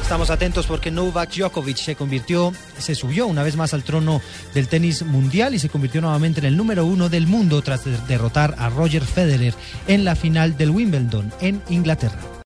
Estamos atentos porque Novak Djokovic se subió una vez más al trono del tenis mundial y se convirtió nuevamente en el número 1 del mundo tras derrotar a Roger Federer en la final del Wimbledon en Inglaterra.